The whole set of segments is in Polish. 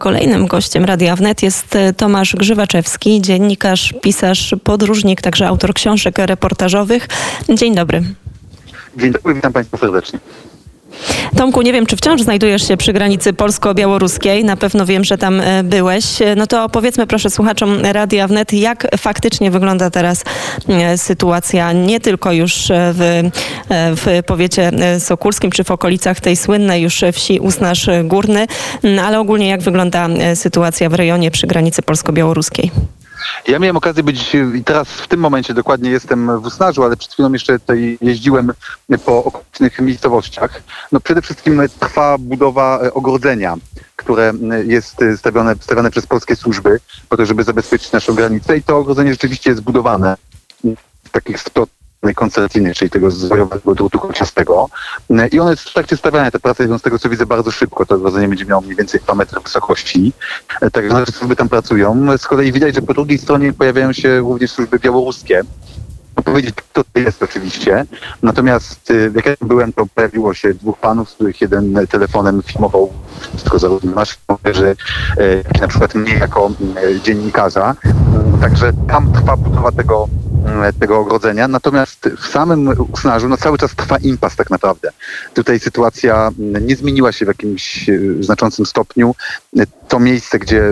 Kolejnym gościem Radia Wnet jest Tomasz Grzywaczewski, dziennikarz, pisarz, podróżnik, także autor książek reportażowych. Dzień dobry. Dzień dobry, witam Państwa serdecznie. Tomku, nie wiem, czy wciąż znajdujesz się przy granicy polsko-białoruskiej. Na pewno wiem, że tam byłeś. No to opowiedzmy proszę słuchaczom Radia Wnet, jak faktycznie wygląda teraz sytuacja, nie tylko już w powiecie sokólskim, czy w okolicach tej słynnej już wsi Usnarz Górny, ale ogólnie jak wygląda sytuacja w rejonie przy granicy polsko-białoruskiej. Ja miałem okazję być i teraz w tym momencie dokładnie jestem w Usnarzu, ale przed chwilą jeszcze tutaj jeździłem po okolicznych miejscowościach. No przede wszystkim trwa budowa ogrodzenia, które jest stawiane przez polskie służby po to, żeby zabezpieczyć naszą granicę, i to ogrodzenie rzeczywiście jest budowane w takich koncentracyjnych, czyli tego zwojowego drutu kolczastego. I one jest w trakcie stawiania. Te prace idą z tego, co widzę, bardzo szybko. To ogrodzenie będzie miało mniej więcej 2 metry wysokości. Także nasze służby tam pracują. Z kolei widać, że po drugiej stronie pojawiają się również służby białoruskie. Powiedzieć, kto to jest oczywiście. Natomiast jak ja byłem, to pojawiło się 2 panów, z których jeden telefonem filmował wszystko, zarówno nasze kamery, jak i na przykład mnie jako dziennikarza. Także tam trwa budowa tego ogrodzenia. Natomiast w samym Usnarzu cały czas trwa impas tak naprawdę. Tutaj sytuacja nie zmieniła się w jakimś znaczącym stopniu. To miejsce, gdzie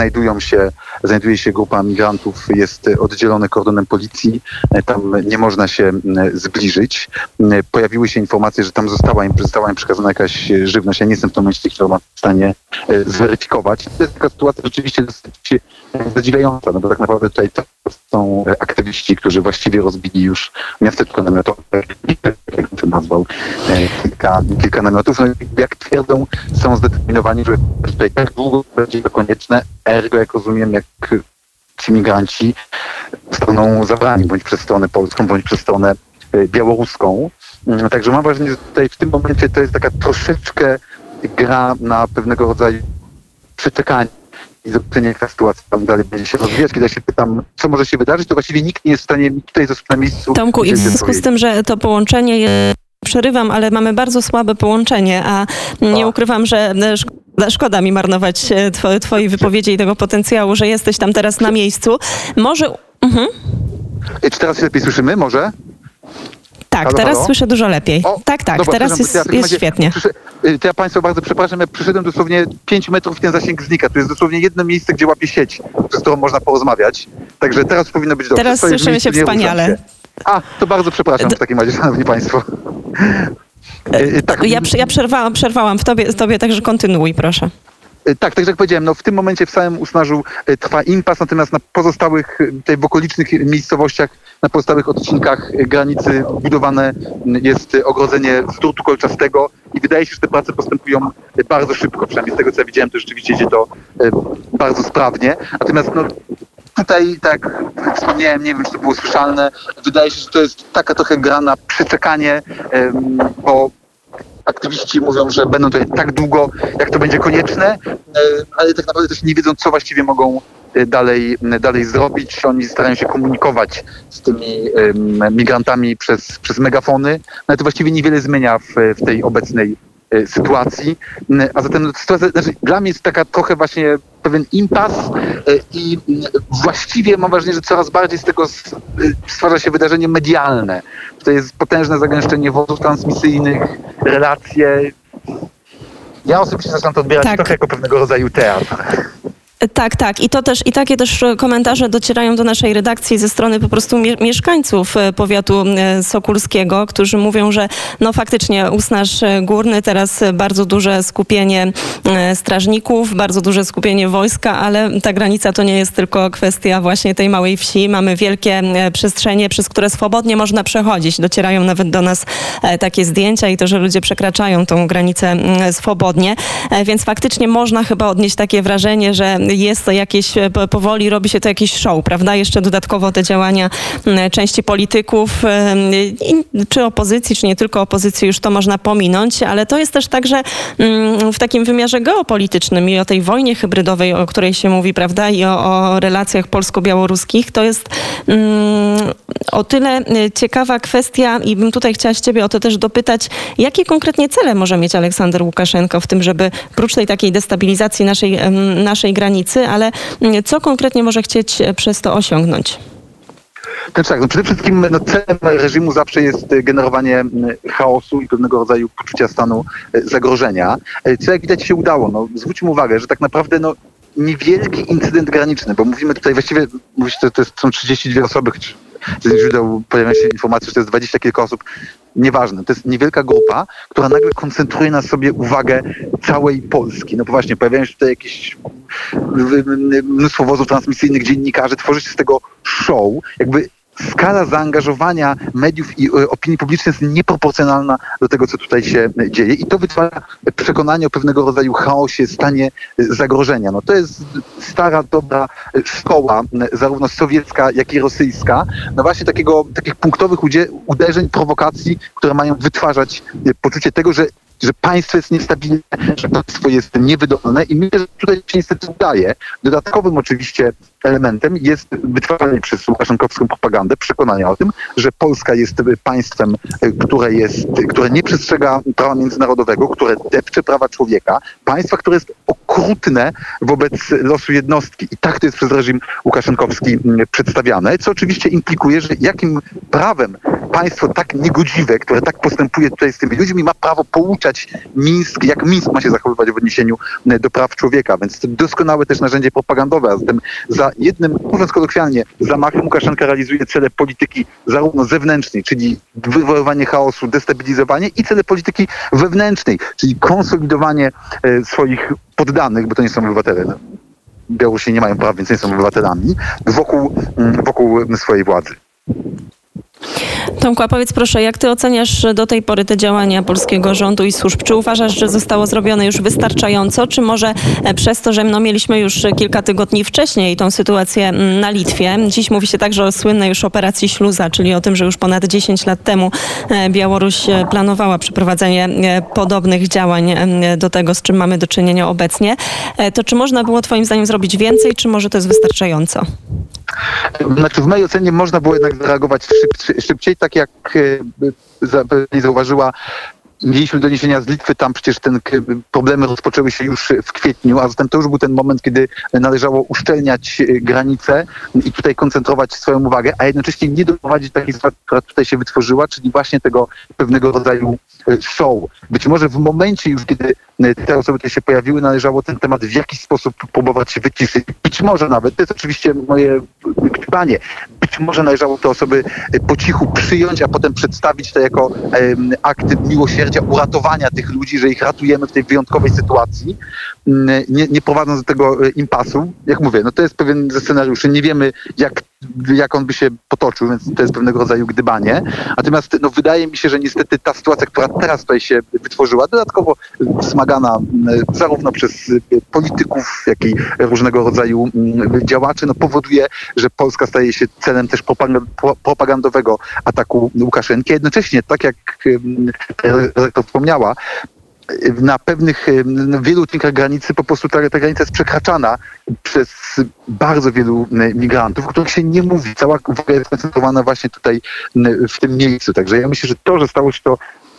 znajduje się grupa migrantów, jest oddzielone kordonem policji. Tam nie można się zbliżyć. Pojawiły się informacje, że tam została im przekazana jakaś żywność. Ja nie jestem w tym momencie w stanie zweryfikować. To jest taka sytuacja rzeczywiście dosyć zadziwiająca, no bo tak naprawdę tutaj to są aktywiści, którzy właściwie rozbili już miasteczko namiotowe, jak to nazwał, kilka namiotów. No i jak twierdzą, są zdeterminowani, że tutaj tak długo będzie to konieczne, ergo, jak rozumiem, jak ci migranci zostaną zabrani bądź przez stronę polską, bądź przez stronę białoruską. Także mam wrażenie, że tutaj w tym momencie to jest taka troszeczkę gra na pewnego rodzaju przeczekanie i zobaczenie, jak ta sytuacja tam dalej będzie się rozwijać. Kiedy ja się pytam, co może się wydarzyć, to właściwie nikt nie jest w stanie mi tutaj zostać na miejscu. Tomku, i w związku z tym, że to połączenie jest... Przerywam, ale mamy bardzo słabe połączenie, a nie ukrywam, że szkoda mi marnować twojej wypowiedzi i tego potencjału, że jesteś tam teraz na miejscu. Może... Czy teraz się lepiej słyszymy? Może? Tak, halo, teraz halo? słyszę dużo lepiej. Tak, dobra, teraz jest świetnie. To ja Państwa bardzo przepraszam, ja przyszedłem dosłownie 5 metrów, ten zasięg znika. Tu jest dosłownie jedno miejsce, gdzie łapie sieć, przez którą można porozmawiać. Także teraz powinno być dobrze. Teraz słyszymy się wspaniale. To bardzo przepraszam w takim razie, szanowni Państwo. Tak. Ja przerwałam w tobie, także kontynuuj, proszę. Tak jak powiedziałem, no w tym momencie w samym Usnarzu trwa impas, natomiast na pozostałych, tutaj w okolicznych miejscowościach, na pozostałych odcinkach granicy budowane jest ogrodzenie z drutu kolczastego i wydaje się, że te prace postępują bardzo szybko. Przynajmniej z tego, co ja widziałem, to rzeczywiście idzie to bardzo sprawnie. Natomiast tutaj, tak jak wspomniałem, nie wiem, czy to było słyszalne, wydaje się, że to jest taka trochę gra na przeczekanie, bo aktywiści mówią, że będą tutaj tak długo, jak to będzie konieczne, ale tak naprawdę też nie wiedzą, co właściwie mogą dalej zrobić. Oni starają się komunikować z tymi migrantami przez megafony, ale to właściwie niewiele zmienia w tej obecnej sytuacji. A zatem sytuacja, dla mnie jest taka trochę właśnie pewien impas i właściwie mam wrażenie, że coraz bardziej z tego stwarza się wydarzenie medialne. To jest potężne zagęszczenie wozów transmisyjnych, relacje. Ja osobiście zaczynam to odbierać trochę jako pewnego rodzaju teatr. Tak. I takie też komentarze docierają do naszej redakcji ze strony po prostu mieszkańców powiatu sokólskiego, którzy mówią, że faktycznie Usnarz Górny, teraz bardzo duże skupienie strażników, bardzo duże skupienie wojska, ale ta granica to nie jest tylko kwestia właśnie tej małej wsi. Mamy wielkie przestrzenie, przez które swobodnie można przechodzić. Docierają nawet do nas takie zdjęcia i to, że ludzie przekraczają tą granicę swobodnie. Więc faktycznie można chyba odnieść takie wrażenie, że jest to jakieś, powoli robi się to jakieś show, prawda? Jeszcze dodatkowo te działania części polityków, czy opozycji, czy nie tylko opozycji, już to można pominąć, ale to jest też także w takim wymiarze geopolitycznym i o tej wojnie hybrydowej, o której się mówi, prawda, i o relacjach polsko-białoruskich, to jest o tyle ciekawa kwestia i bym tutaj chciała ciebie o to też dopytać, jakie konkretnie cele może mieć Aleksander Łukaszenko w tym, żeby prócz tej takiej destabilizacji naszej granicy, ale co konkretnie może chcieć przez to osiągnąć? Znaczy tak, przede wszystkim celem reżimu zawsze jest generowanie chaosu i pewnego rodzaju poczucia stanu zagrożenia, co jak widać się udało. Zwróćmy uwagę, że tak naprawdę niewielki incydent graniczny, bo mówimy tutaj właściwie, są 32 osoby, z źródeł pojawiają się informacje, że to jest 20 kilka osób, nieważne. To jest niewielka grupa, która nagle koncentruje na sobie uwagę całej Polski. Bo właśnie pojawiają się tutaj jakieś mnóstwo wozów transmisyjnych, dziennikarzy, tworzy się z tego show, jakby skala zaangażowania mediów i opinii publicznej jest nieproporcjonalna do tego, co tutaj się dzieje i to wytwarza przekonanie o pewnego rodzaju chaosie, stanie zagrożenia. To jest stara, dobra szkoła, zarówno sowiecka, jak i rosyjska, właśnie takich punktowych uderzeń, prowokacji, które mają wytwarzać poczucie tego, że państwo jest niestabilne, że państwo jest niewydolne i myślę, że tutaj się niestety udaje. Dodatkowym oczywiście elementem jest wytwarzanie przez łukaszenkowską propagandę przekonania o tym, że Polska jest państwem, które nie przestrzega prawa międzynarodowego, które depcze prawa człowieka, państwa, które jest okrutne wobec losu jednostki. I tak to jest przez reżim łukaszenkowski przedstawiane, co oczywiście implikuje, że jakim prawem państwo tak niegodziwe, które tak postępuje tutaj z tymi ludźmi, ma prawo pouczać Mińsk, jak Mińsk ma się zachowywać w odniesieniu do praw człowieka. Więc to doskonałe też narzędzie propagandowe, a zatem za jednym, mówiąc kolokwialnie, zamachem Łukaszenka realizuje cele polityki zarówno zewnętrznej, czyli wywoływanie chaosu, destabilizowanie i cele polityki wewnętrznej, czyli konsolidowanie swoich poddanych, bo to nie są obywatele. Białorusini nie mają praw, więc nie są obywatelami, wokół swojej władzy. Tomku, a powiedz proszę, jak ty oceniasz do tej pory te działania polskiego rządu i służb? Czy uważasz, że zostało zrobione już wystarczająco, czy może przez to, że mieliśmy już kilka tygodni wcześniej tą sytuację na Litwie? Dziś mówi się także o słynnej już operacji Śluza, czyli o tym, że już ponad 10 lat temu Białoruś planowała przeprowadzenie podobnych działań do tego, z czym mamy do czynienia obecnie. To czy można było twoim zdaniem zrobić więcej, czy może to jest wystarczająco? W mojej ocenie można było jednak zareagować szybciej, tak jak zauważyła. Mieliśmy doniesienia z Litwy, tam przecież problemy rozpoczęły się już w kwietniu, a zatem to już był ten moment, kiedy należało uszczelniać granice i tutaj koncentrować swoją uwagę, a jednocześnie nie doprowadzić takiej sytuacji, która tutaj się wytworzyła, czyli właśnie tego pewnego rodzaju show. Być może w momencie już, kiedy te osoby tutaj się pojawiły, należało ten temat w jakiś sposób próbować wyciszyć. Być może nawet, to jest oczywiście moje pytanie, być może należało te osoby po cichu przyjąć, a potem przedstawić to jako akt miłosierdzia, uratowania tych ludzi, że ich ratujemy w tej wyjątkowej sytuacji, nie prowadząc do tego impasu. Jak mówię, to jest pewien ze scenariuszy. Nie wiemy, jak on by się potoczył, więc to jest pewnego rodzaju gdybanie. Natomiast wydaje mi się, że niestety ta sytuacja, która teraz tutaj się wytworzyła, dodatkowo wzmagana zarówno przez polityków, jak i różnego rodzaju działaczy, powoduje, że Polska staje się celem też propagandowego ataku Łukaszenki. Jednocześnie, tak jak to wspomniała, na wielu odcinkach granicy po prostu ta granica jest przekraczana przez bardzo wielu migrantów, o których się nie mówi. Cała uwaga jest skoncentrowana właśnie tutaj w tym miejscu. Także ja myślę, że to, że stało się to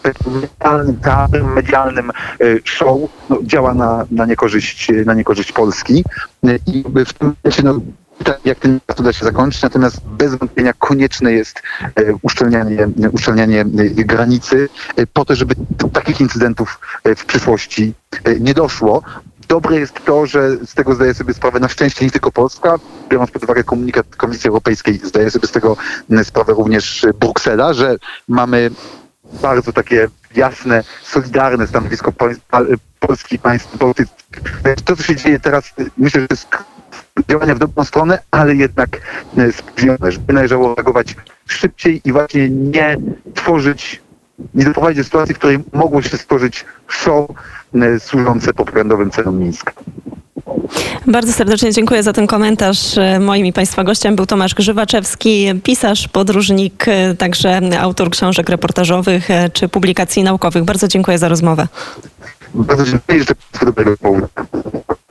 medialnym show, działa na niekorzyść Polski. I w tym momencie jak ten da się zakończyć, natomiast bez wątpienia konieczne jest uszczelnianie granicy po to, żeby takich incydentów w przyszłości nie doszło. Dobre jest to, że z tego zdaje sobie sprawę na szczęście nie tylko Polska, biorąc pod uwagę komunikat Komisji Europejskiej, zdaje sobie z tego sprawę również Bruksela, że mamy bardzo takie jasne, solidarne stanowisko Polski i państw bałtyckich. To, co się dzieje teraz, myślę, że to jest działania w dobrą stronę, ale jednak spóźnione, żeby należało reagować szybciej i właśnie nie doprowadzić do sytuacji, w której mogło się stworzyć show służące propagandowym celom Mińska. Bardzo serdecznie dziękuję za ten komentarz. Moim i Państwa gościem był Tomasz Grzywaczewski, pisarz, podróżnik, także autor książek reportażowych czy publikacji naukowych. Bardzo dziękuję za rozmowę. Bardzo dziękuję i życzę dobrego południa.